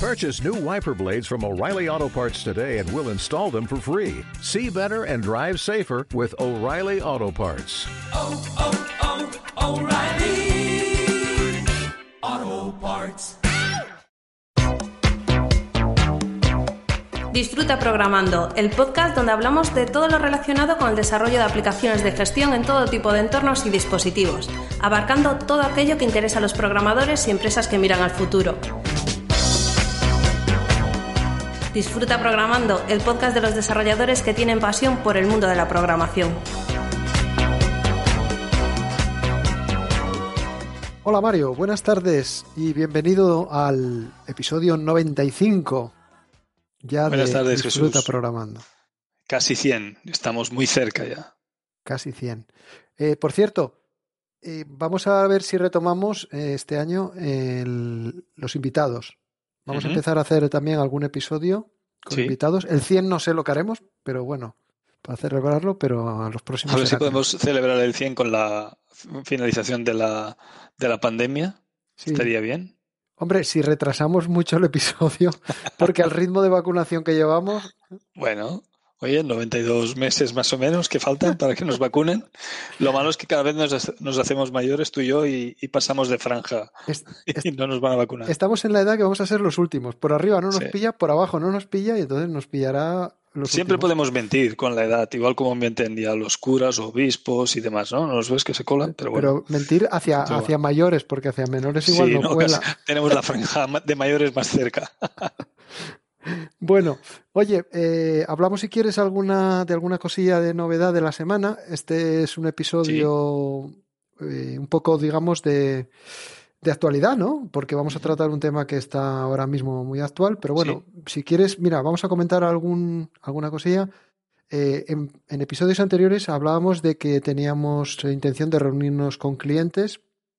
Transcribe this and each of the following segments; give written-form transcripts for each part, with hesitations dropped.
Purchase new wiper blades from O'Reilly Auto Parts today and we'll install them for free. See better and drive safer with O'Reilly Auto Parts. O'Reilly Auto Parts. Disfruta Programando, el podcast donde hablamos de todo lo relacionado con el desarrollo de aplicaciones de gestión en todo tipo de entornos y dispositivos, abarcando todo aquello que interesa a los programadores y empresas que miran al futuro. Disfruta Programando, el podcast de los desarrolladores que tienen pasión por el mundo de la programación. Hola Mario, buenas tardes y bienvenido al episodio 95 ya buenas de tardes, Disfruta Jesús. Programando. Casi 100, estamos muy cerca ya. Casi 100. Por cierto, vamos a ver si retomamos este año los invitados. Vamos a empezar a hacer también algún episodio con invitados. El 100 no sé lo que haremos, pero bueno, para celebrarlo, pero a los próximos... A ver si podemos celebrar el 100 con la finalización de la pandemia. Sí. Estaría bien. Hombre, si retrasamos mucho el episodio, porque al ritmo de vacunación que llevamos... Bueno, oye, 92 meses más o menos que faltan para que nos vacunen. Lo malo es que cada vez nos hacemos mayores, tú y yo, y pasamos de franja y no nos van a vacunar. Estamos en la edad que vamos a ser los últimos. Por arriba no nos pilla, por abajo no nos pilla y entonces nos pillará los Siempre últimos. podemos mentir con la edad, igual como mienten ya los curas, obispos y demás, ¿no? ¿No los ves que se colan? Pero bueno. Pero mentir hacia mayores, porque hacia menores igual no cuela. Tenemos la franja de mayores más cerca. Bueno, oye, hablamos si quieres de alguna cosilla de novedad de la semana. Este es un episodio un poco, digamos, de actualidad, ¿no? Porque vamos a tratar un tema que está ahora mismo muy actual, pero bueno, si quieres, mira, vamos a comentar alguna cosilla. En episodios anteriores hablábamos de que teníamos intención de reunirnos con clientes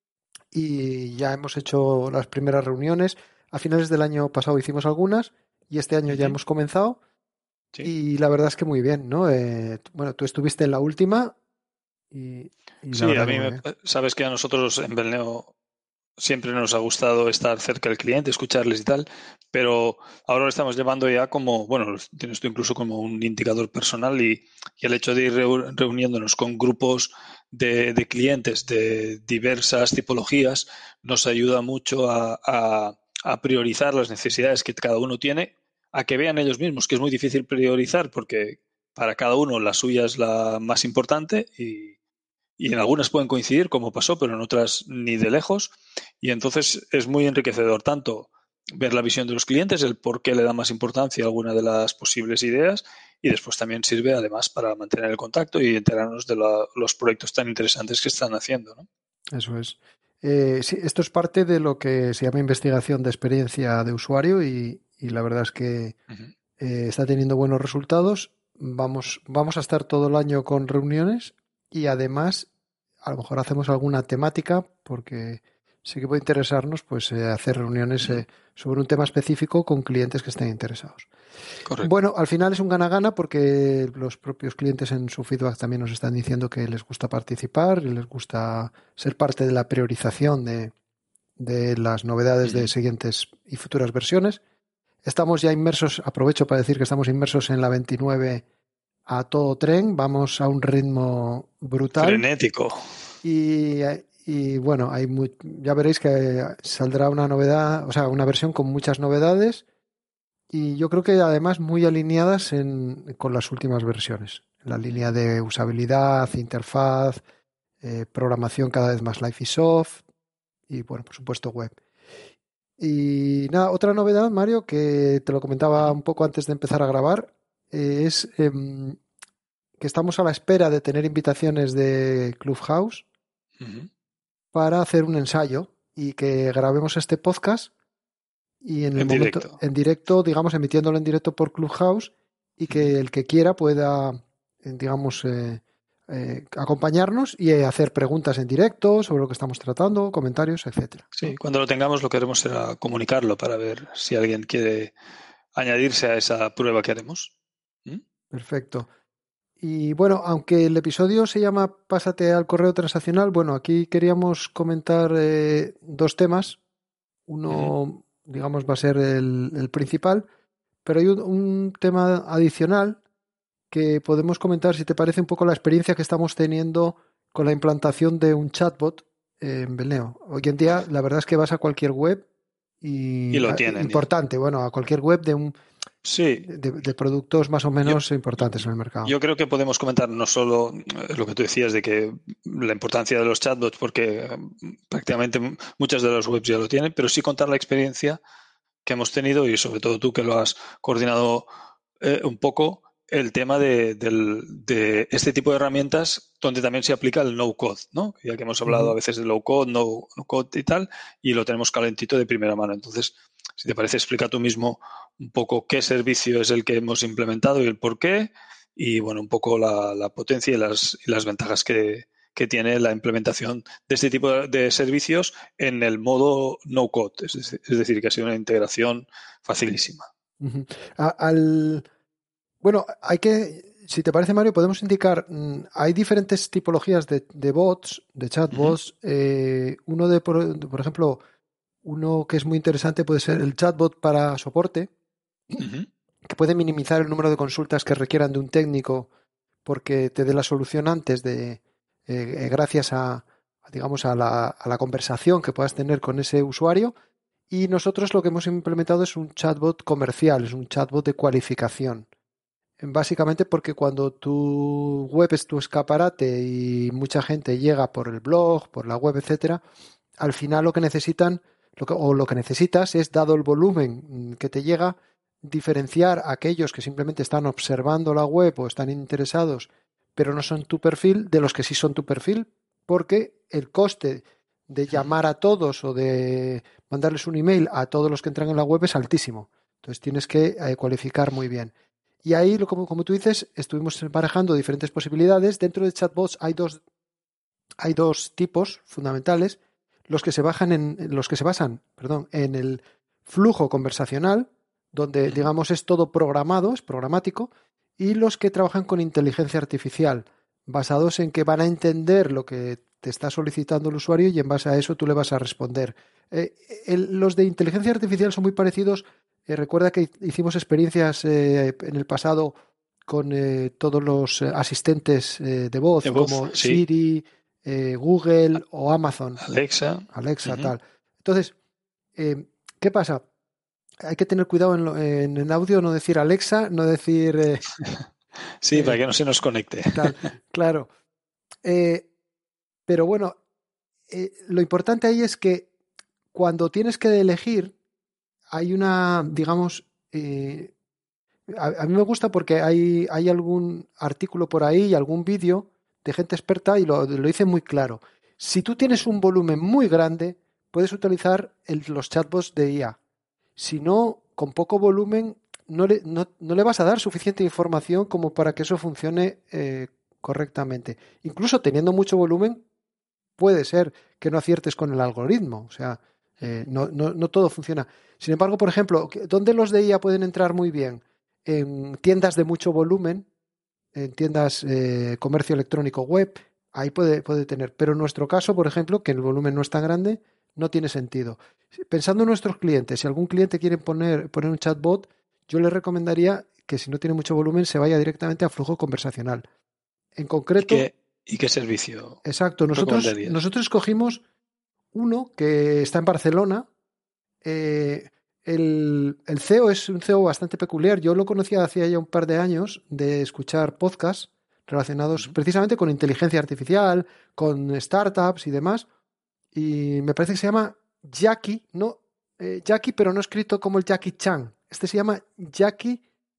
y ya hemos hecho las primeras reuniones. A finales del año pasado hicimos algunas y este año ya hemos comenzado y la verdad es que muy bien, ¿no? Bueno, tú estuviste en la última y sí, a mí sabes que a nosotros en Belneo siempre nos ha gustado estar cerca del cliente, escucharles y tal, pero ahora lo estamos llevando ya como, bueno, tienes tú incluso como un indicador personal y el hecho de ir reuniéndonos con grupos de clientes de diversas tipologías nos ayuda mucho a priorizar las necesidades que cada uno tiene, a que vean ellos mismos, que es muy difícil priorizar porque para cada uno la suya es la más importante y en algunas pueden coincidir, como pasó, pero en otras ni de lejos. Y entonces es muy enriquecedor tanto ver la visión de los clientes, el por qué le da más importancia a alguna de las posibles ideas y después también sirve además para mantener el contacto y enterarnos de los proyectos tan interesantes que están haciendo, ¿no? Eso es. Sí, esto es parte de lo que se llama investigación de experiencia de usuario y la verdad es que está teniendo buenos resultados. Vamos a estar todo el año con reuniones y además a lo mejor hacemos alguna temática porque sí que puede interesarnos pues hacer reuniones sobre un tema específico con clientes que estén interesados. Correcto. Bueno, al final es un gana-gana porque los propios clientes en su feedback también nos están diciendo que les gusta participar, les gusta ser parte de la priorización de las novedades de siguientes y futuras versiones. Estamos ya inmersos, aprovecho para decir que estamos inmersos en la 29 a todo tren, vamos a un ritmo brutal. Frenético. Y bueno, ya veréis que saldrá una novedad, o sea, una versión con muchas novedades y yo creo que además muy alineadas con las últimas versiones. En la línea de usabilidad, interfaz, programación cada vez más live y soft y bueno, por supuesto web. Y nada, otra novedad, Mario, que te lo comentaba un poco antes de empezar a grabar, es que estamos a la espera de tener invitaciones de Clubhouse para hacer un ensayo y que grabemos este podcast y en directo, digamos, emitiéndolo en directo por Clubhouse y que el que quiera pueda, digamos, acompañarnos y hacer preguntas en directo sobre lo que estamos tratando, comentarios, etcétera. Sí, cuando lo tengamos lo que haremos será comunicarlo para ver si alguien quiere añadirse a esa prueba que haremos. Perfecto. Y bueno, aunque el episodio se llama Pásate al correo transaccional, bueno, aquí queríamos comentar dos temas. Uno digamos, va a ser el principal, pero hay un tema adicional que podemos comentar, si te parece, un poco la experiencia que estamos teniendo con la implantación de un chatbot en Belneo. Hoy en día, la verdad es que vas a cualquier web Y lo tienen. importante, bueno, a cualquier web Sí. de productos más o menos importantes en el mercado. Yo creo que podemos comentar no solo lo que tú decías de que la importancia de los chatbots, porque prácticamente muchas de las webs ya lo tienen, pero sí contar la experiencia que hemos tenido y sobre todo tú que lo has coordinado un poco, el tema de este tipo de herramientas donde también se aplica el no-code, ¿no? Ya que hemos hablado a veces de low-code, no-code y tal, y lo tenemos calentito de primera mano. Entonces, si te parece, explica tú mismo un poco qué servicio es el que hemos implementado y el por qué, y bueno, un poco la potencia y las ventajas que tiene la implementación de este tipo de servicios en el modo no-code, es decir, que ha sido una integración facilísima. Bueno, si te parece, Mario, podemos indicar, hay diferentes tipologías de bots, de chatbots. Por ejemplo, uno que es muy interesante puede ser el chatbot para soporte, que puede minimizar el número de consultas que requieran de un técnico porque te dé la solución antes gracias digamos, a la conversación que puedas tener con ese usuario. Y nosotros lo que hemos implementado es un chatbot comercial, es un chatbot de cualificación. Básicamente porque cuando tu web es tu escaparate y mucha gente llega por el blog, por la web, etcétera, al final lo que necesitas es, dado el volumen que te llega, diferenciar a aquellos que simplemente están observando la web o están interesados, pero no son tu perfil, de los que sí son tu perfil, porque el coste de llamar a todos o de mandarles un email a todos los que entran en la web es altísimo. Entonces tienes que cualificar muy bien. Y ahí, como tú dices, estuvimos barajando diferentes posibilidades. Dentro de chatbots hay dos tipos fundamentales, los que se basan en el flujo conversacional, donde digamos es todo programado, es programático, y los que trabajan con inteligencia artificial, basados en que van a entender lo que te está solicitando el usuario y en base a eso tú le vas a responder. Los de inteligencia artificial son muy parecidos. Recuerda que hicimos experiencias en el pasado con todos los asistentes de voz, como sí. Siri, Google o Amazon. Alexa, tal. Entonces, ¿qué pasa? Hay que tener cuidado en el audio, no decir Alexa, no decir... sí, para que no se nos conecte. Tal, claro. Pero bueno, lo importante ahí es que cuando tienes que elegir, hay una, digamos, a mí me gusta porque hay algún artículo por ahí, algún vídeo de gente experta y lo dice muy claro. Si tú tienes un volumen muy grande, puedes utilizar los chatbots de IA. Si no, con poco volumen, no le vas a dar suficiente información como para que eso funcione correctamente. Incluso teniendo mucho volumen, puede ser que no aciertes con el algoritmo. O sea, no todo funciona. Sin embargo, por ejemplo, ¿dónde los de IA pueden entrar muy bien? En tiendas de mucho volumen, en tiendas comercio electrónico web, ahí puede tener. Pero en nuestro caso, por ejemplo, que el volumen no es tan grande, no tiene sentido. Pensando en nuestros clientes, si algún cliente quiere poner un chatbot, yo le recomendaría que si no tiene mucho volumen se vaya directamente a flujo conversacional. En concreto... ¿Y qué servicio? Exacto. Nosotros escogimos uno que está en Barcelona. El CEO es un CEO bastante peculiar. Yo lo conocía hacía ya un par de años de escuchar podcasts relacionados precisamente con inteligencia artificial, con startups y demás. Y me parece que se llama Jackie, Jackie, pero no escrito como el Jackie Chan. Este se llama Jackie.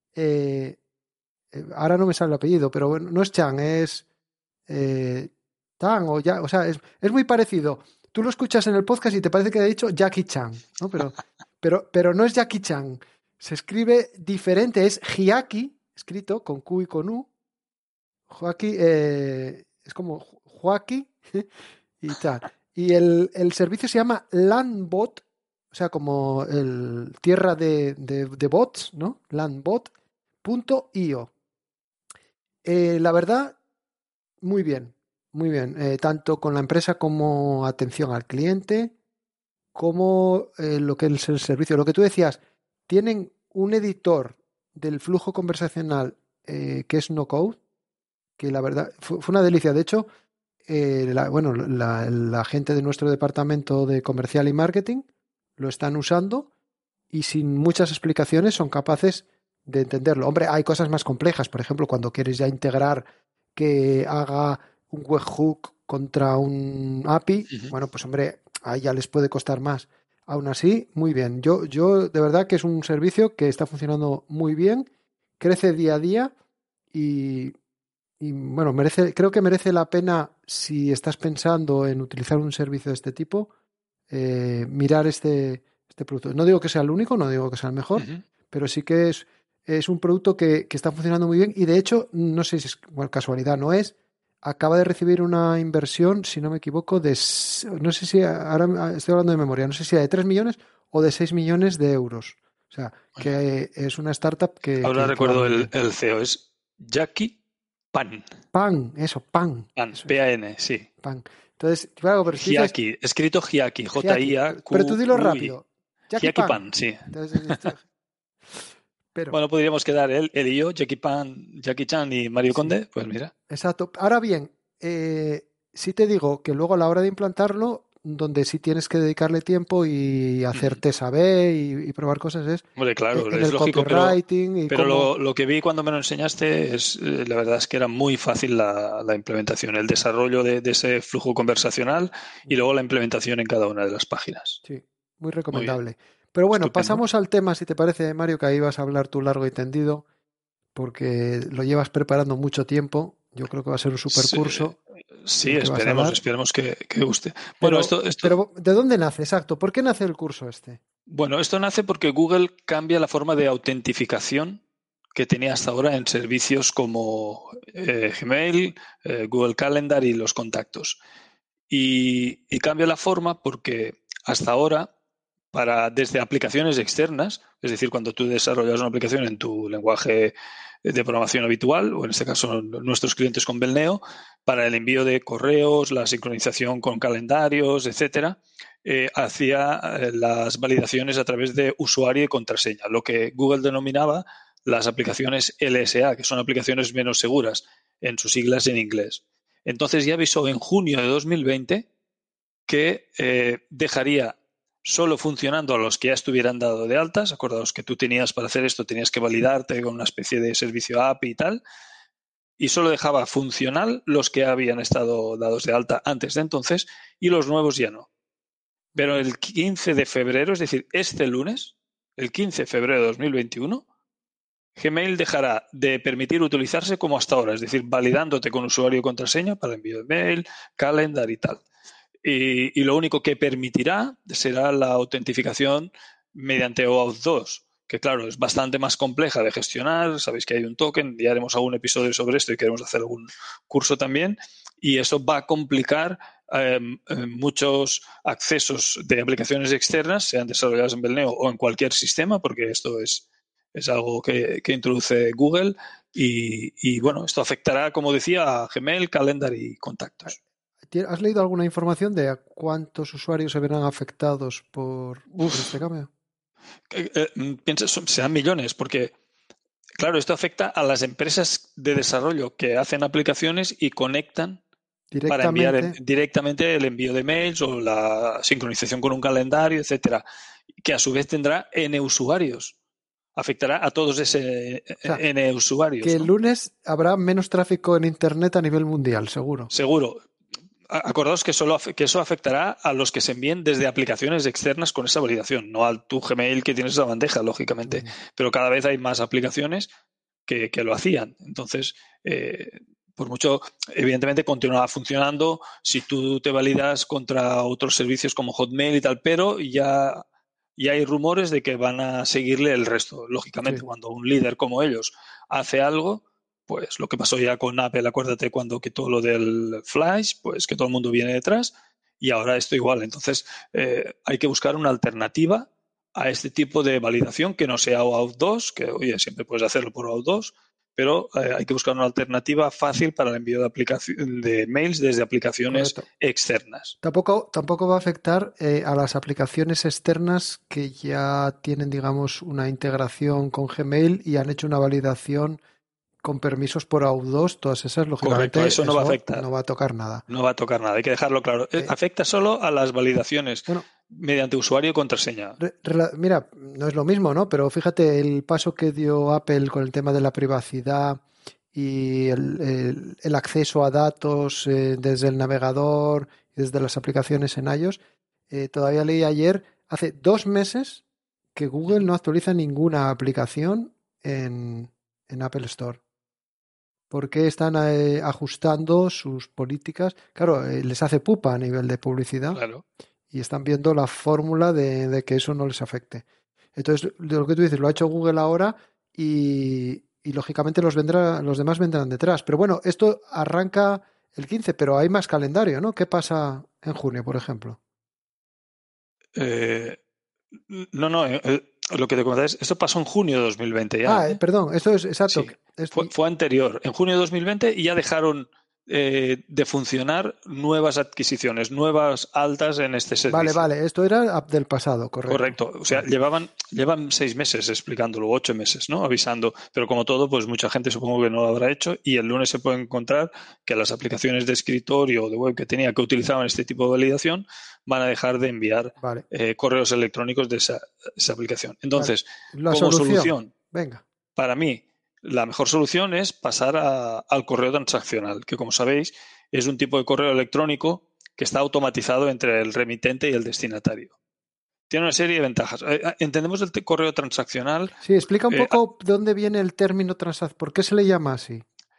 Ahora no me sale el apellido, pero bueno, no es Chan, es Tan o sea, es muy parecido. Tú lo escuchas en el podcast y te parece que ha dicho Jackie Chan, ¿no? Pero no es Jackie Chan. Se escribe diferente, es Hiaki, escrito con Q y con U. Joaquín, es como Joaquín y tal. Y el servicio se llama Landbot, o sea, como el tierra de bots, ¿no? Landbot.io. La verdad, muy bien. Tanto con la empresa como atención al cliente. cómo lo que es el servicio, lo que tú decías, tienen un editor del flujo conversacional que es no code, que la verdad fue una delicia. De hecho, la gente de nuestro departamento de comercial y marketing lo están usando y sin muchas explicaciones son capaces de entenderlo. Hombre, hay cosas más complejas, por ejemplo, cuando quieres ya integrar que haga un webhook contra un API, bueno, pues hombre, ahí ya les puede costar más. Aún así, muy bien. Yo de verdad que es un servicio que está funcionando muy bien, crece día a día y bueno, creo que merece la pena, si estás pensando en utilizar un servicio de este tipo, mirar este producto. No digo que sea el único, no digo que sea el mejor, pero sí que es un producto que está funcionando muy bien y de hecho, no sé si es casualidad, no es, acaba de recibir una inversión, si no me equivoco, no sé si, ahora estoy hablando de memoria, no sé si de 3 millones o de 6 millones de euros. O sea, que es una startup que... Ahora que recuerdo va muy bien. el CEO, es Jackie Pan. Pan, eso, pan. Pan, Eso es, P-A-N, sí. pan. Entonces, claro, pero si dices Hiaki, escrito Hiaki, Hiaki, pero tú dilo J-I-A-Q-U-I. rápido. Hiaki Pan. Pan, sí. Entonces, pero, Bueno, podríamos quedar él y yo, Jackie Pan, Jackie Chan y Mario sí, Conde, pues mira. exacto. Ahora bien, sí te digo que luego a la hora de implantarlo, donde sí tienes que dedicarle tiempo y hacer test A/B y probar cosas es Hombre, claro, en es el lógico, copywriting y pero cómo... lo que vi cuando me lo enseñaste es, la verdad es que era muy fácil la implementación, el desarrollo de ese flujo conversacional y luego la implementación en cada una de las páginas. Sí, muy Muy bien, recomendable. Pero bueno, estupendo. pasamos al tema, si te parece, Mario, que ahí vas a hablar tú largo y tendido, porque lo llevas preparando mucho tiempo. Yo creo que va a ser un super Sí, curso sí, el que vas a dar. esperemos que guste. Bueno, Pero, ¿de dónde nace? Exacto. ¿Por qué nace el curso este? bueno, esto nace porque Google cambia la forma de autentificación que tenía hasta ahora en servicios como Gmail, Google Calendar y los contactos. Y cambia la forma porque hasta ahora, desde aplicaciones externas, es decir, cuando tú desarrollas una aplicación en tu lenguaje de programación habitual, o en este caso nuestros clientes con Belneo, para el envío de correos, la sincronización con calendarios, etcétera, hacía las validaciones a través de usuario y contraseña, lo que Google denominaba las aplicaciones LSA, que son aplicaciones menos seguras, en sus siglas en inglés. Entonces ya avisó en junio de 2020 que dejaría solo funcionando a los que ya estuvieran dado de altas. Acordaos que tú tenías para hacer esto, tenías que validarte con una especie de servicio API y tal, y solo dejaba funcional los que habían estado dados de alta antes de entonces y los nuevos ya no. Pero el 15 de febrero, es decir, este lunes, el 15 de febrero de 2021, Gmail dejará de permitir utilizarse como hasta ahora, es decir, validándote con usuario y contraseña para envío de mail, calendar y tal. Y lo único que permitirá será la autentificación mediante OAuth 2, que claro, es bastante más compleja de gestionar. Sabéis que hay un token, ya haremos algún episodio sobre esto y queremos hacer algún curso también. Y eso va a complicar muchos accesos de aplicaciones externas, sean desarrolladas en Belneo o en cualquier sistema, porque esto es algo que introduce Google. Y bueno, esto afectará, como decía, a Gmail, Calendar y contactos. ¿Has leído alguna información de a cuántos usuarios se verán afectados por este cambio? Piensa, serán millones, porque, claro, esto afecta a las empresas de desarrollo que hacen aplicaciones y conectan para enviar directamente el envío de mails o la sincronización con un calendario, etcétera, que a su vez tendrá N usuarios. Afectará a todos ese N usuarios. Que el ¿no? lunes habrá menos tráfico en Internet a nivel mundial, seguro. Seguro. Acordaos que eso afectará a los que se envíen desde aplicaciones externas con esa validación, no al tu Gmail que tienes esa bandeja, lógicamente. Pero cada vez hay más aplicaciones que lo hacían. Entonces, por mucho, evidentemente continuará funcionando si tú te validas contra otros servicios como Hotmail y tal, pero ya hay rumores de que van a seguirle el resto. Lógicamente, cuando un líder como ellos hace algo, pues lo que pasó ya con Apple, acuérdate cuando quitó lo del Flash, pues que todo el mundo viene detrás y ahora esto igual. Entonces hay que buscar una alternativa a este tipo de validación que no sea OAuth 2, que oye, siempre puedes hacerlo por OAuth 2, pero hay que buscar una alternativa fácil para el envío de mails desde aplicaciones externas. Tampoco va a afectar a las aplicaciones externas que ya tienen, digamos, una integración con Gmail y han hecho una validación con permisos por AU2, todas esas, lógicamente. Correcto, eso no va a afectar. No va a tocar nada. No va a tocar nada, hay que dejarlo claro. Afecta solo a las validaciones mediante usuario y contraseña. Mira, no es lo mismo, ¿no? Pero fíjate el paso que dio Apple con el tema de la privacidad y el acceso a datos desde el navegador y desde las aplicaciones en iOS. Todavía leí ayer, hace 2 meses, que Google no actualiza ninguna aplicación en Apple Store. Porque están ajustando sus políticas. Claro, les hace pupa a nivel de publicidad. Claro. Y están viendo la fórmula de que eso no les afecte. Entonces, de lo que tú dices, lo ha hecho Google ahora y lógicamente los demás vendrán detrás. Pero bueno, esto arranca el 15, pero hay más calendario, ¿no? ¿Qué pasa en junio, por ejemplo? No, lo que te comentaba es, esto pasó en junio de 2020 ya. Perdón, esto es exacto. Sí, fue anterior, en junio de 2020, y ya dejaron de funcionar nuevas adquisiciones, nuevas altas en este servicio. Vale, esto era del pasado, correcto. Correcto, o sea, llevan 6 meses explicándolo, 8 meses, ¿no? Avisando, pero como todo, pues mucha gente supongo que no lo habrá hecho, y el lunes se puede encontrar que las aplicaciones de escritorio o de web que utilizaban este tipo de validación van a dejar de enviar correos electrónicos de esa aplicación. Entonces, como solución, venga, para mí, la mejor solución es pasar al correo transaccional, que como sabéis es un tipo de correo electrónico que está automatizado entre el remitente y el destinatario. Tiene una serie de ventajas. ¿Entendemos el correo transaccional? Sí, explica un poco de dónde viene el término transaccional. ¿Por qué se le llama así?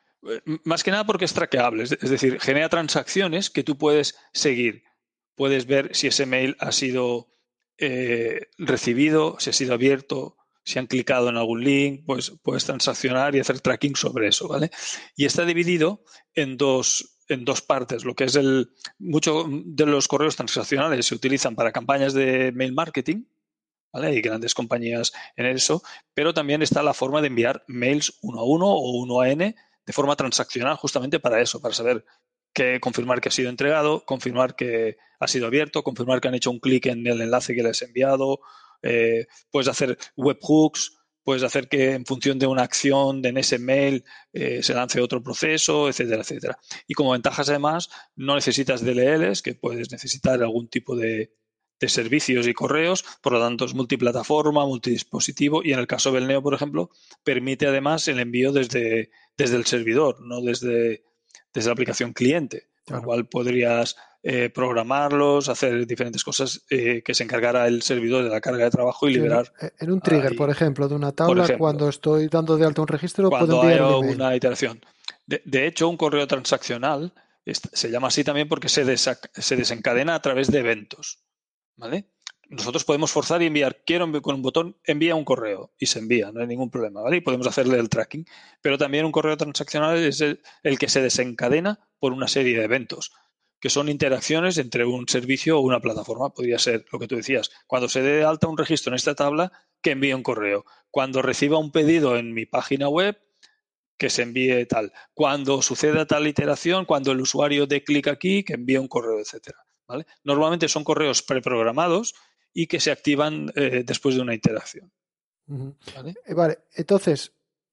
Más que nada porque es traqueable, es decir, genera transacciones que tú puedes seguir. Puedes ver si ese mail ha sido recibido, si ha sido abierto, si han clicado en algún link, pues puedes transaccionar y hacer tracking sobre eso, ¿vale? Y está dividido en dos partes. Lo que es muchos de los correos transaccionales se utilizan para campañas de mail marketing, ¿vale? Hay grandes compañías en eso, pero también está la forma de enviar mails 1 a 1 o 1 a N de forma transaccional, justamente para eso, para saber confirmar que ha sido entregado, confirmar que ha sido abierto, confirmar que han hecho un clic en el enlace que les he enviado. Puedes hacer webhooks, puedes hacer que en función de una acción en ese mail se lance otro proceso, etcétera, etcétera. Y como ventajas, además, no necesitas DLLs, que puedes necesitar algún tipo de servicios y correos, por lo tanto es multiplataforma, multidispositivo, y en el caso del Neo, por ejemplo, permite además el envío desde el servidor, no desde la aplicación cliente, con lo cual podrías programarlos, hacer diferentes cosas que se encargara el servidor de la carga de trabajo y liberar. En un trigger, por ejemplo, de una tabla, cuando estoy dando de alta un registro, cuando puedo enviar hay un email. Una iteración. De hecho, un correo transaccional se llama así también porque se desencadena a través de eventos, ¿vale? Nosotros podemos forzar y enviar, con un botón, envía un correo y se envía, no hay ningún problema, ¿vale? Y podemos hacerle el tracking. Pero también un correo transaccional es el que se desencadena por una serie de eventos, que son interacciones entre un servicio o una plataforma. Podría ser lo que tú decías, cuando se dé de alta un registro en esta tabla, que envíe un correo. Cuando reciba un pedido en mi página web, que se envíe tal. Cuando suceda tal iteración, cuando el usuario dé clic aquí, que envíe un correo, etcétera, ¿vale? Normalmente son correos preprogramados y que se activan después de una interacción. Vale, entonces,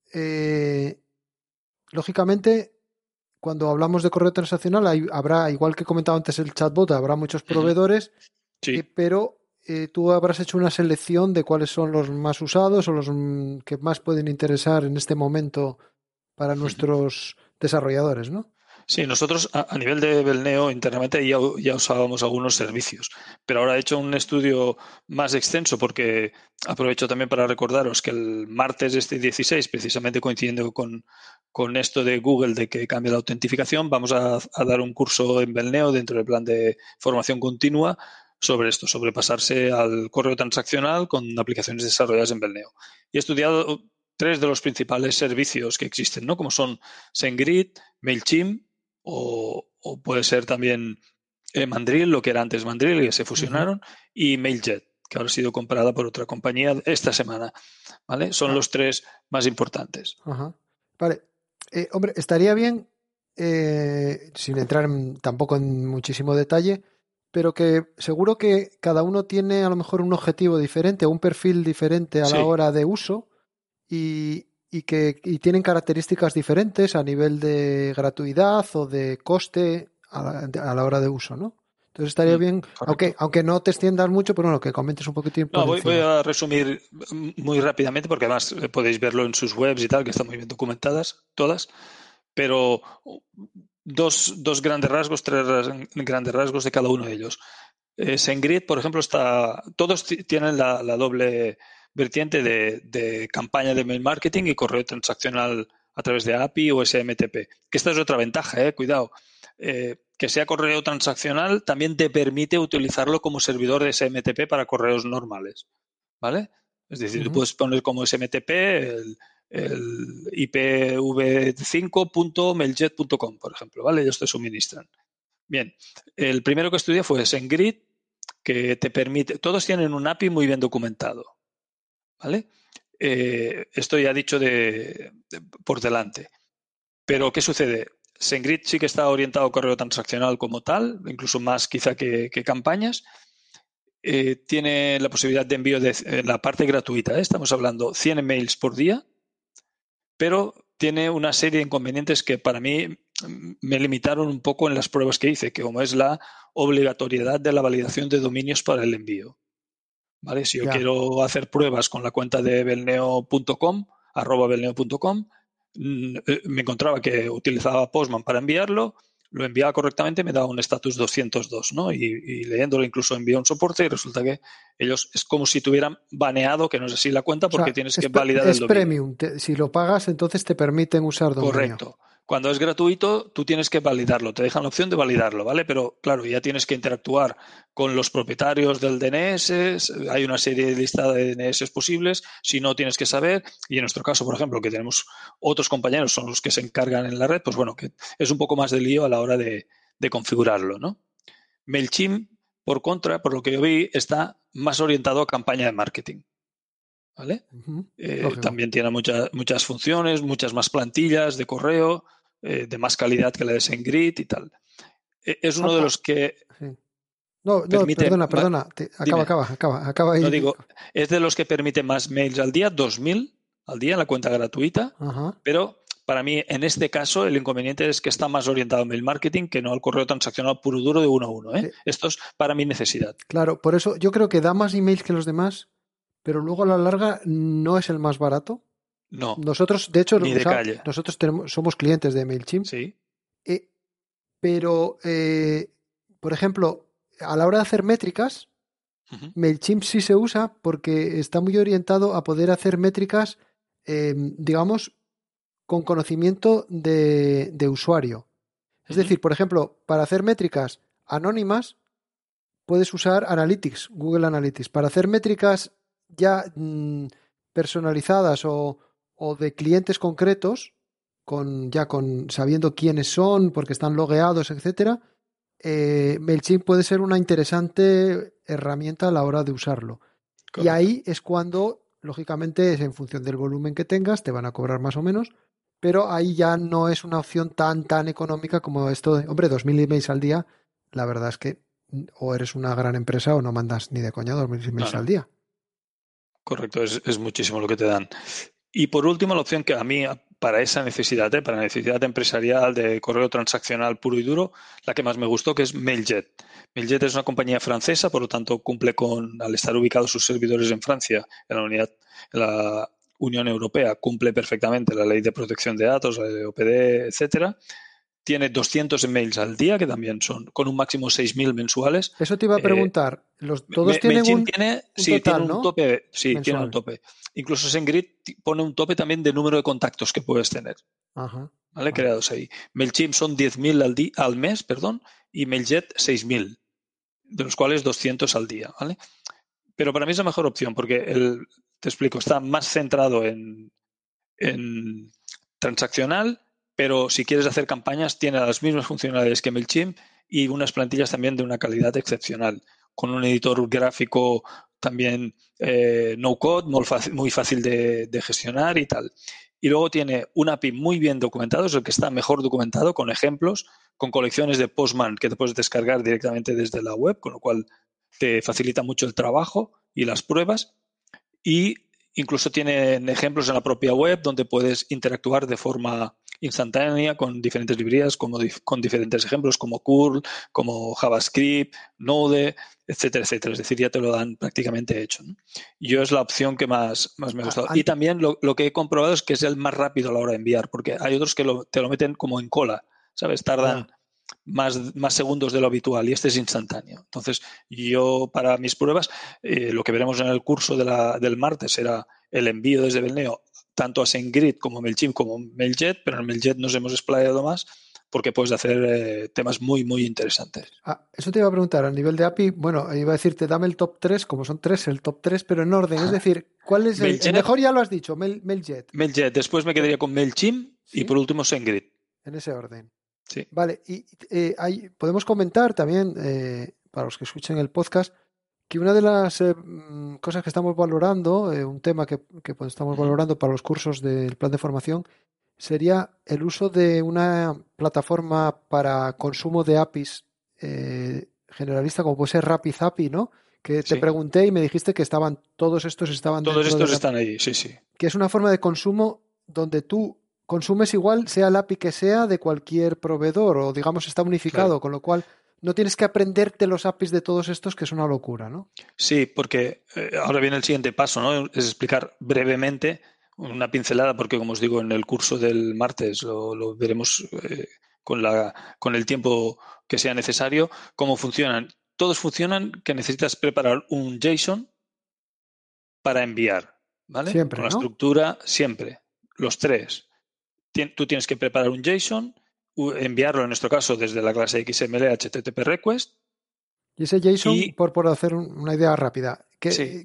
lógicamente, cuando hablamos de correo transaccional, habrá, igual que comentaba antes el chatbot, habrá muchos proveedores, sí. Pero tú habrás hecho una selección de cuáles son los más usados o los que más pueden interesar en este momento para nuestros desarrolladores, ¿no? Sí, nosotros a nivel de Belneo internamente ya usábamos algunos servicios, pero ahora he hecho un estudio más extenso porque aprovecho también para recordaros que el martes 16, precisamente coincidiendo con esto de Google de que cambia la autentificación, vamos a dar un curso en Belneo dentro del plan de formación continua sobre esto, sobre pasarse al correo transaccional con aplicaciones desarrolladas en Belneo. Y he estudiado 3 de los principales servicios que existen, ¿no? Como son SendGrid, MailChimp, o puede ser también Mandrill, lo que era antes Mandrill, que se fusionaron, y MailJet, que ahora ha sido comprada por otra compañía esta semana, ¿vale? Son los 3 más importantes. Ajá. Vale. Hombre, estaría bien, sin entrar tampoco en muchísimo detalle, pero que seguro que cada uno tiene a lo mejor un objetivo diferente o un perfil diferente a la Sí. hora de uso y tienen características diferentes a nivel de gratuidad o de coste a la hora de uso, ¿no? Entonces estaría bien, Correcto. aunque no te extiendas mucho, pero bueno, que comentes un poquitín No, por voy encima. a resumir muy rápidamente porque además podéis verlo en sus webs y tal, que están muy bien documentadas todas, pero dos grandes rasgos, grandes rasgos de cada uno de ellos. SendGrid, por ejemplo, todos tienen la doble vertiente de campaña de mail marketing y correo transaccional a través de API o SMTP. Que esta es otra ventaja, cuidado. Que sea correo transaccional también te permite utilizarlo como servidor de SMTP para correos normales, ¿vale? Es decir, tú Ujú. puedes poner como SMTP el ipv5.mailjet.com, por ejemplo, ¿vale? Ellos te suministran. Bien, el primero que estudié fue SendGrid, que te permite, todos tienen un API muy bien documentado, ¿vale? Esto ya dicho por delante. Pero, ¿qué sucede? SendGrid sí que está orientado a correo transaccional como tal, incluso más quizá que campañas. Tiene la posibilidad de envío de la parte gratuita, estamos hablando 100 emails por día, pero tiene una serie de inconvenientes que para mí me limitaron un poco en las pruebas que hice, que como es la obligatoriedad de la validación de dominios para el envío. ¿Vale? Si yo Ya. quiero hacer pruebas con la cuenta de belneo.com, @belneo.com, me encontraba que utilizaba Postman para enviarlo, lo enviaba correctamente, me daba un estatus 202, ¿no? Y leyéndolo incluso envié un soporte y resulta que ellos es como si tuvieran baneado, que no es así la cuenta, O porque sea, tienes que validar el es dominio. premium. Si lo pagas, entonces te permiten usar dominio. Correcto. Cuando es gratuito, tú tienes que validarlo, te dejan la opción de validarlo, ¿vale? Pero claro, ya tienes que interactuar con los propietarios del DNS, hay una serie de lista de DNS posibles, si no tienes que saber, y en nuestro caso, por ejemplo, que tenemos otros compañeros, son los que se encargan en la red, pues bueno, que es un poco más de lío a la hora de configurarlo, ¿no? MailChimp, por contra, por lo que yo vi, está más orientado a campaña de marketing, ¿vale? Ujú. Lógico. También tiene muchas funciones, muchas más plantillas de correo, de más calidad que la de SendGrid y tal. Es Ah, uno de los que sí. No, no, permite, perdona. dime, Acaba no ahí. digo, es de los que permite más mails al día, 2000 al día en la cuenta gratuita, Ajá. pero para mí en este caso el inconveniente es que está más orientado al mail marketing que no al correo transaccional puro duro de uno a uno. Sí, Esto es para mi necesidad. claro, por eso yo creo que da más emails que los demás, pero luego a la larga no es el más barato. No, Nosotros, de hecho, ni de calle. nosotros somos clientes de MailChimp, Sí. eh, pero, por ejemplo, a la hora de hacer métricas, Uh-huh. MailChimp sí se usa porque está muy orientado a poder hacer métricas, digamos, con conocimiento de usuario. Es Uh-huh. decir, por ejemplo, para hacer métricas anónimas, puedes usar Analytics, Google Analytics. Para hacer métricas ya personalizadas o de clientes concretos, con sabiendo quiénes son, porque están logueados, etcétera, MailChimp puede ser una interesante herramienta a la hora de usarlo. Y Correcto. ahí es cuando, lógicamente, es en función del volumen que tengas, te van a cobrar más o menos, pero ahí ya no es una opción tan económica como esto de, hombre, 2000 emails al día, la verdad es que o eres una gran empresa o no mandas ni de coña 2000 No, emails al no. día. Correcto, es muchísimo lo que te dan. Y por último, la opción que a mí, para esa necesidad, para la necesidad empresarial de correo transaccional puro y duro, la que más me gustó, que es MailJet. MailJet es una compañía francesa, por lo tanto cumple al estar ubicados sus servidores en Francia, en la Unión Europea, cumple perfectamente la ley de protección de datos, la de OPD, etcétera. Tiene 200 emails al día, que también son con un máximo 6.000 mensuales. Eso te iba a Eh, preguntar, todos tienen MailChimp un tiene total, un ¿no? tope, sí, tiene un Mensual. tope. Incluso SendGrid pone un tope también de número de contactos que puedes tener, Ajá, ¿vale? vale. Creados ahí. MailChimp son 10.000 al mes, perdón, y MailJet 6.000, de los cuales 200 al día, ¿vale? Pero para mí es la mejor opción porque, te explico, está más centrado en transaccional, pero si quieres hacer campañas tiene las mismas funcionalidades que MailChimp y unas plantillas también de una calidad excepcional. con un editor gráfico también no code, muy fácil de gestionar y tal. Y luego tiene un API muy bien documentado, es el que está mejor documentado, con ejemplos, con colecciones de Postman que te puedes descargar directamente desde la web, con lo cual te facilita mucho el trabajo y las pruebas. Y incluso tienen ejemplos en la propia web donde puedes interactuar de forma instantánea con diferentes librerías, con diferentes ejemplos como curl, como JavaScript, Node, etcétera, etcétera. Es decir, ya te lo dan prácticamente hecho, ¿no? Yo es la opción que más me ha gustado. Y también lo que he comprobado es que es el más rápido a la hora de enviar, porque hay otros que te lo meten como en cola, ¿sabes? Tardan más segundos de lo habitual y este es instantáneo. Entonces, yo para mis pruebas, lo que veremos en el curso del martes será el envío desde Belneo tanto a SendGrid como MailChimp como MailJet, pero en MailJet nos hemos explayado más porque puedes hacer temas muy, muy interesantes. Eso te iba a preguntar, a nivel de API, bueno, iba a decirte, dame el top 3, como son 3, el top 3, pero en orden. Es decir, ¿cuál es el mejor? Ya lo has dicho, MailJet. MailJet, después me quedaría con MailChimp y por último SendGrid. En ese orden. Sí. Vale, y podemos comentar también, para los que escuchen el podcast, que una de las cosas que estamos valorando, un tema que estamos valorando para los cursos del plan de formación, sería el uso de una plataforma para consumo de APIs generalista, como puede ser RapidAPI, ¿no? Que te pregunté y me dijiste que todos estos estaban todos estos están ahí, sí. Que es una forma de consumo donde tú consumes igual, sea el API que sea, de cualquier proveedor, o digamos está unificado, con lo cual no tienes que aprenderte los APIs de todos estos, que es una locura, ¿no? Sí, porque ahora viene el siguiente paso, ¿no? Es explicar brevemente una pincelada, porque como os digo, en el curso del martes lo veremos con el tiempo que sea necesario, cómo funcionan. Todos funcionan que necesitas preparar un JSON para enviar, ¿vale? Siempre, con la estructura, siempre, los tres. Tú tienes que preparar un JSON, enviarlo en nuestro caso desde la clase XML HTTP request. Y ese JSON, por hacer una idea rápida, ¿qué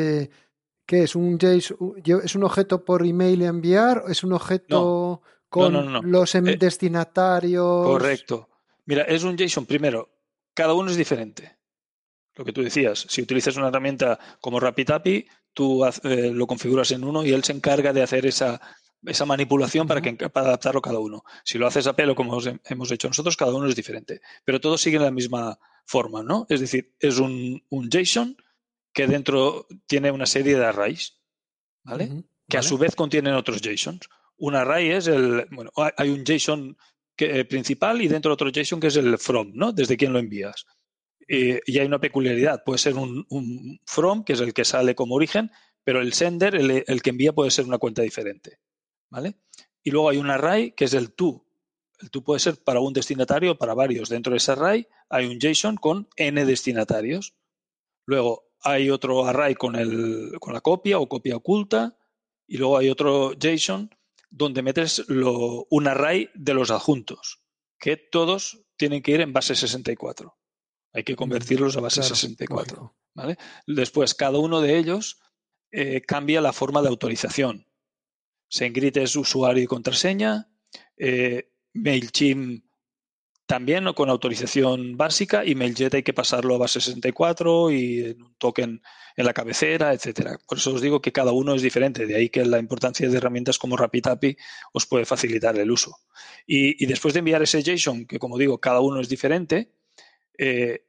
es? ¿Un JSON? ¿Es un objeto por email a enviar? ¿Es un objeto con los destinatarios? Correcto. Mira, es un JSON, primero, cada uno es diferente. Lo que tú decías, si utilizas una herramienta como RapidAPI, tú lo configuras en uno y él se encarga de hacer esa manipulación para adaptarlo cada uno. Si lo haces a pelo, como hemos hecho nosotros, cada uno es diferente. Pero todos siguen la misma forma, ¿no? Es decir, es un JSON que dentro tiene una serie de arrays, ¿vale? Que a su vez contienen otros JSONs. Un array es hay un JSON principal y dentro otro JSON que es el from, ¿no? Desde quién lo envías. Y hay una peculiaridad. Puede ser un from, que es el que sale como origen, pero el sender, el que envía, puede ser una cuenta diferente, ¿vale? Y luego hay un array que es el to. El to puede ser para un destinatario o para varios. Dentro de ese array hay un JSON con n destinatarios. Luego hay otro array con la copia o copia oculta. Y luego hay otro JSON donde metes un array de los adjuntos, que todos tienen que ir en base 64. Hay que convertirlos a base 64. ¿Vale? Después, cada uno de ellos cambia la forma de autorización. SendGrid es usuario y contraseña. MailChimp también, ¿no? Con autorización básica, y MailJet hay que pasarlo a base 64 y en un token en la cabecera, etcétera. Por eso os digo que cada uno es diferente. De ahí que la importancia de herramientas como RapidAPI os puede facilitar el uso. Y después de enviar ese JSON, que como digo, cada uno es diferente, él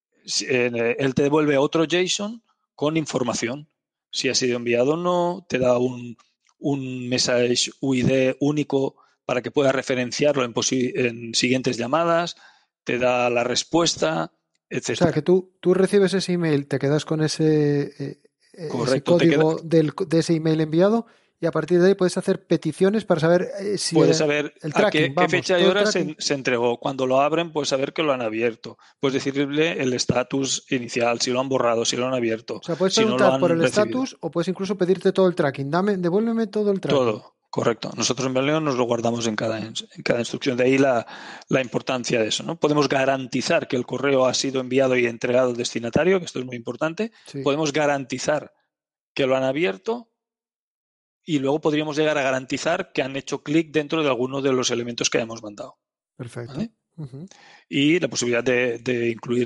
te devuelve otro JSON con información. Si ha sido enviado o no, te da un message UID único para que puedas referenciarlo en siguientes llamadas, te da la respuesta, etc. O sea, que tú recibes ese email, te quedas con ese código de ese email enviado, y a partir de ahí puedes hacer peticiones para saber si puedes saber el tracking, qué fecha y hora se entregó. Cuando lo abren, puedes saber que lo han abierto. Puedes decirle el estatus inicial, si lo han borrado, si lo han abierto. O sea, puedes preguntar por el estatus o puedes incluso pedirte todo el tracking. Devuélveme todo el tracking. Todo, correcto. Nosotros en Belneo nos lo guardamos en cada instrucción. De ahí la importancia de eso, ¿no? Podemos garantizar que el correo ha sido enviado y entregado al destinatario, que esto es muy importante. Sí. Podemos garantizar que lo han abierto. Y luego podríamos llegar a garantizar que han hecho clic dentro de alguno de los elementos que hayamos mandado. Perfecto. ¿Vale? Y la posibilidad de incluir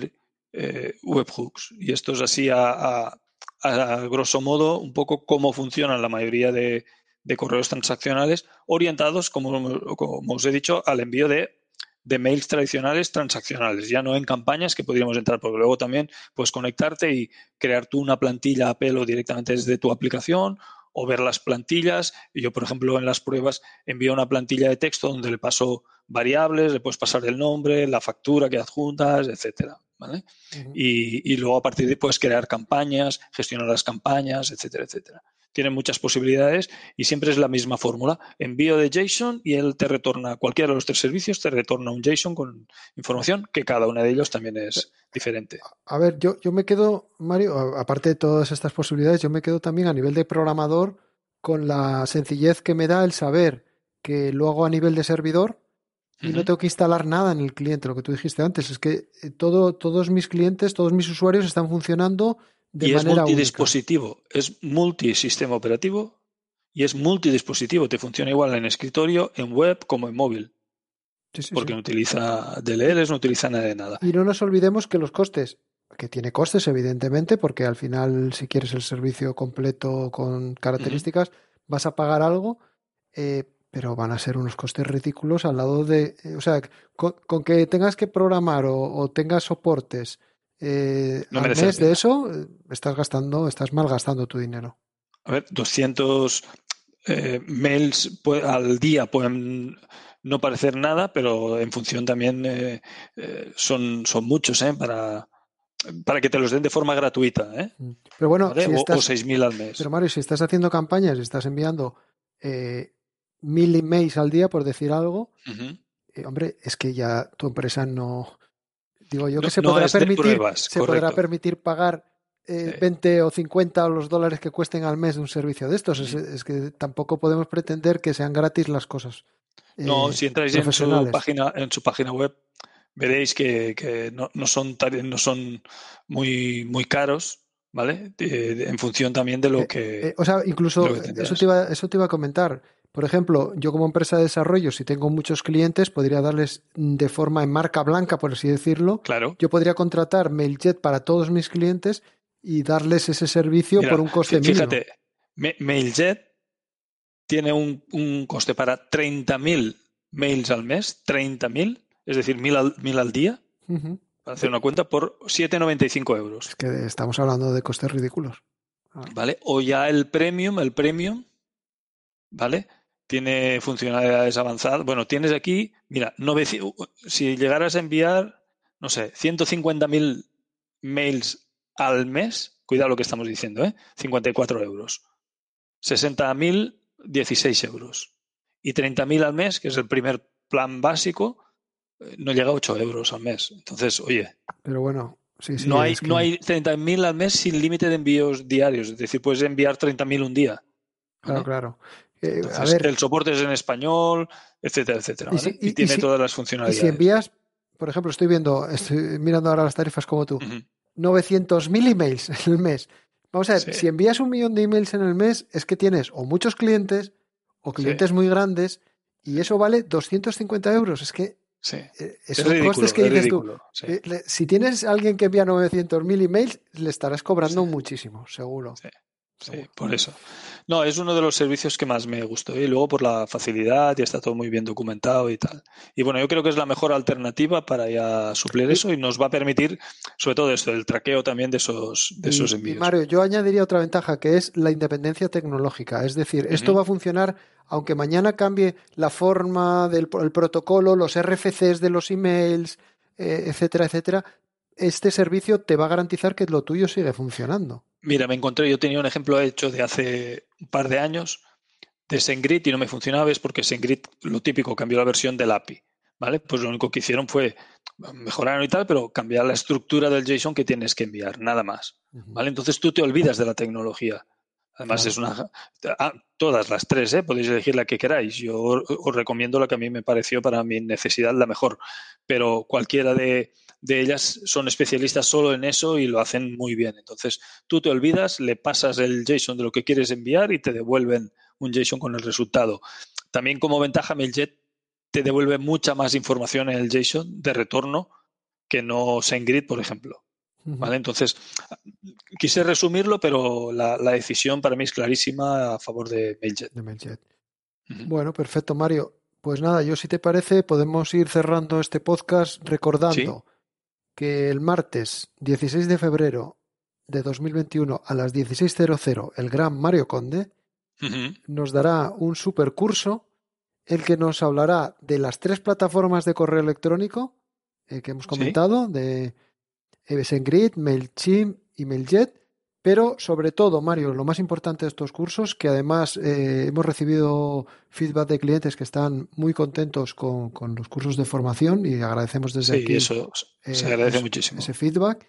webhooks. Y esto es así a grosso modo un poco cómo funcionan la mayoría de correos transaccionales orientados, como os he dicho, al envío de mails tradicionales transaccionales, ya no en campañas que podríamos entrar, porque luego también puedes conectarte y crear tú una plantilla a pelo directamente desde tu aplicación o ver las plantillas. Yo, por ejemplo, en las pruebas envío una plantilla de texto donde le paso variables, le puedes pasar el nombre, la factura que adjuntas, etcétera, ¿vale? Uh-huh. Y luego a partir de ahí puedes crear campañas, gestionar las campañas, etcétera, etcétera. Tiene muchas posibilidades y siempre es la misma fórmula. Envío de JSON y él te retorna, cualquiera de los 3 servicios te retorna un JSON con información que cada uno de ellos también es diferente. A ver, yo me quedo, Mario, aparte de todas estas posibilidades, yo me quedo también a nivel de programador con la sencillez que me da el saber que lo hago a nivel de servidor y no tengo que instalar nada en el cliente. Lo que tú dijiste antes es que todos mis clientes, todos mis usuarios están funcionando de manera única. Y es multidispositivo, es multisistema operativo y es multidispositivo. Te funciona igual en escritorio, en web como en móvil. Sí, porque no utiliza DLLs, no utiliza nada de nada. Y no nos olvidemos que los costes, que tiene costes evidentemente, porque al final si quieres el servicio completo con características vas a pagar algo, pero van a ser unos costes ridículos al lado de... o sea, con que tengas que programar o tengas soportes al mes de eso, estás malgastando tu dinero. A ver, 200 mails al día pueden no parecer nada, pero en función también son muchos para que te los den de forma gratuita. Pero bueno, ¿vale? O 6.000 al mes. Pero Mario, si estás haciendo campañas y estás enviando 1.000 emails al día, por decir algo, hombre, es que ya tu empresa no... Digo yo que se podrá permitir pagar 20 o 50 los dólares que cuesten al mes de un servicio de estos. Es que tampoco podemos pretender que sean gratis las cosas. No, si entráis en su página web, veréis que no son muy, muy caros, ¿vale? En función también de lo que... o sea, incluso eso te iba a comentar. Por ejemplo, yo como empresa de desarrollo, si tengo muchos clientes, podría darles de forma en marca blanca, por así decirlo. Claro. Yo podría contratar MailJet para todos mis clientes y darles ese servicio por un coste mínimo. Fíjate, MailJet tiene un coste para 30.000 mails al mes, 30.000, es decir, 1.000 al día, para hacer una cuenta, por 7,95 euros. Es que estamos hablando de costes ridículos. ¿Vale? O ya el premium, ¿vale? Tiene funcionalidades avanzadas. Bueno, tienes aquí, mira, si llegaras a enviar, no sé, 150.000 mails al mes, cuidado lo que estamos diciendo, 54 euros. 60.000, 16 euros. Y 30.000 al mes, que es el primer plan básico, no llega a 8 euros al mes. Entonces, oye, pero bueno, sí, no hay 30.000 al mes sin límite de envíos diarios. Es decir, puedes enviar 30.000 un día. ¿vale? Claro. Entonces, a ver, el soporte es en español, etcétera, etcétera. ¿vale? Y tiene todas las funcionalidades. Y si envías, por ejemplo, estoy mirando ahora las tarifas como tú, 900.000 emails en el mes. Vamos a ver, si envías 1.000.000 de emails en el mes, es que tienes o muchos clientes o clientes muy grandes y eso vale 250 euros. Es que son costes que dices tú. Si tienes a alguien que envía 900.000 emails, le estarás cobrando muchísimo, seguro. Sí, por eso. No, es uno de los servicios que más me gustó y luego por la facilidad y está todo muy bien documentado y tal. Y bueno, yo creo que es la mejor alternativa para ya suplir eso y nos va a permitir, sobre todo esto, el traqueo también de esos envíos. Y Mario, yo añadiría otra ventaja que es la independencia tecnológica. Es decir, esto va a funcionar aunque mañana cambie la forma del protocolo, los RFCs de los emails, etcétera, etcétera. Este servicio te va a garantizar que lo tuyo sigue funcionando. Mira, yo tenía un ejemplo hecho de hace un par de años de SendGrid y no me funcionaba, es porque SendGrid, lo típico, cambió la versión del API, ¿vale? Pues lo único que hicieron fue mejorar y tal, pero cambiar la estructura del JSON que tienes que enviar, nada más, ¿vale? Entonces tú te olvidas de la tecnología. Además es todas las 3, podéis elegir la que queráis. Yo os recomiendo la que a mí me pareció para mi necesidad la mejor, pero cualquiera de ellas son especialistas solo en eso y lo hacen muy bien. Entonces tú te olvidas, le pasas el JSON de lo que quieres enviar y te devuelven un JSON con el resultado. También como ventaja MailJet te devuelve mucha más información en el JSON de retorno que no SendGrid, por ejemplo. ¿vale? Entonces, quise resumirlo, pero la decisión para mí es clarísima a favor de MailJet. Bueno, perfecto, Mario. Pues nada, yo si te parece podemos ir cerrando este podcast recordando que el martes 16 de febrero de 2021 a las 16:00 el gran Mario Conde nos dará un super curso el que nos hablará de las 3 plataformas de correo electrónico que hemos comentado, de SendGrid, MailChimp y MailJet, pero sobre todo, Mario, lo más importante de estos cursos, que además hemos recibido feedback de clientes que están muy contentos con los cursos de formación y agradecemos desde aquí eso se agradece muchísimo ese feedback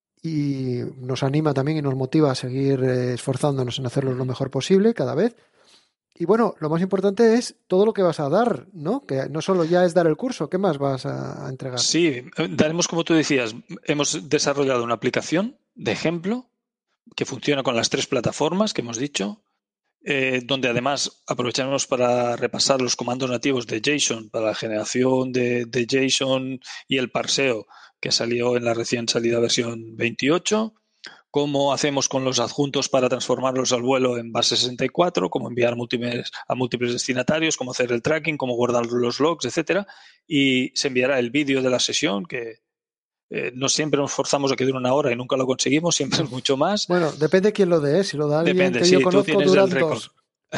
y nos anima también y nos motiva a seguir esforzándonos en hacerlo lo mejor posible cada vez. Y bueno, lo más importante es todo lo que vas a dar, ¿no? Que no solo ya es dar el curso, ¿qué más vas a entregar? Sí, daremos, como tú decías, hemos desarrollado una aplicación de ejemplo que funciona con las 3 plataformas que hemos dicho, donde además aprovecharemos para repasar los comandos nativos de JSON para la generación de JSON y el parseo que salió en la recién salida versión 28. Cómo hacemos con los adjuntos para transformarlos al vuelo en base 64, cómo enviar a múltiples destinatarios, cómo hacer el tracking, cómo guardar los logs, etcétera. Y se enviará el vídeo de la sesión, que no siempre nos forzamos a que dure 1 hora y nunca lo conseguimos, siempre es mucho más. Bueno, depende quién lo dé, si lo da alguien que yo conozco duran 2.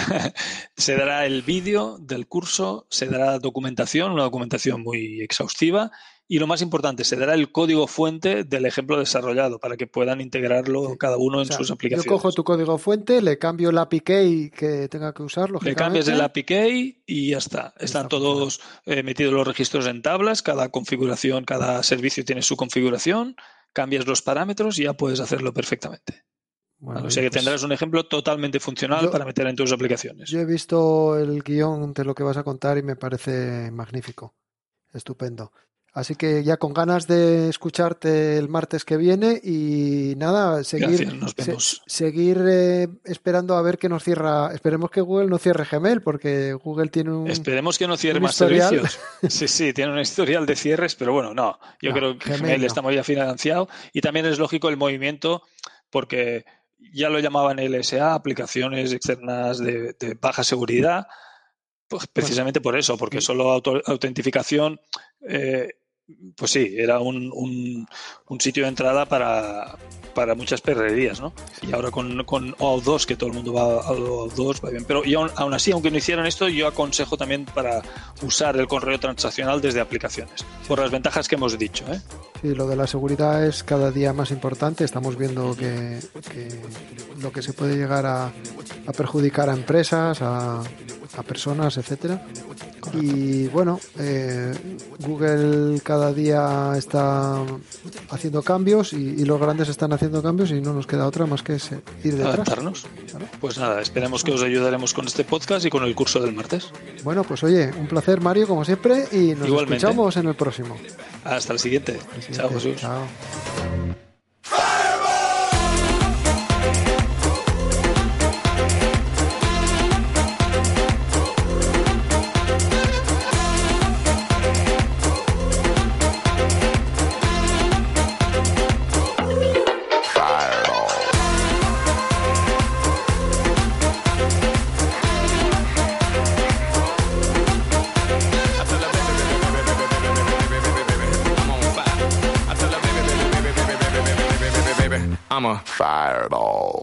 Se dará el vídeo del curso, se dará documentación, una documentación muy exhaustiva y lo más importante, se dará el código fuente del ejemplo desarrollado para que puedan integrarlo cada uno en sus aplicaciones. Yo cojo tu código fuente, le cambio el API key que tenga que usar, lógicamente. Le cambias el API key y ya está. Están todos metidos los registros en tablas, cada configuración, cada servicio tiene su configuración, cambias los parámetros y ya puedes hacerlo perfectamente. Bueno, o sea que tendrás un ejemplo totalmente funcional para meter en tus aplicaciones. Yo he visto el guión de lo que vas a contar y me parece magnífico. Estupendo. Así que ya con ganas de escucharte el martes que viene y nada, seguir esperando a ver qué nos cierra. Esperemos que Google no cierre Gmail porque Google tiene un Esperemos que no cierre más servicios. Sí, tiene un historial de cierres, pero bueno, no. Yo creo que Gmail está muy ya financiado y también es lógico el movimiento porque ya lo llamaban LSA, aplicaciones externas de baja seguridad, pues precisamente por eso, porque solo autentificación, pues sí, era un sitio de entrada para muchas perrerías, ¿no? Y ahora con OAuth 2, que todo el mundo va a OAuth 2, va bien. Pero y aún así, aunque no hicieran esto, yo aconsejo también para usar el correo transaccional desde aplicaciones, por las ventajas que hemos dicho, ¿eh? Sí, lo de la seguridad es cada día más importante. Estamos viendo que lo que se puede llegar a perjudicar a empresas, a personas, etcétera. Y bueno, Google cada día está haciendo cambios y los grandes están haciendo cambios y no nos queda otra más que ir detrás. Adaptarnos. ¿Vale? Pues nada, esperemos que os ayudaremos con este podcast y con el curso del martes. Bueno, pues oye, un placer, Mario, como siempre, y nos escuchamos en el próximo. Hasta el siguiente. Chao, Jesús. Chao. I'm a fireball.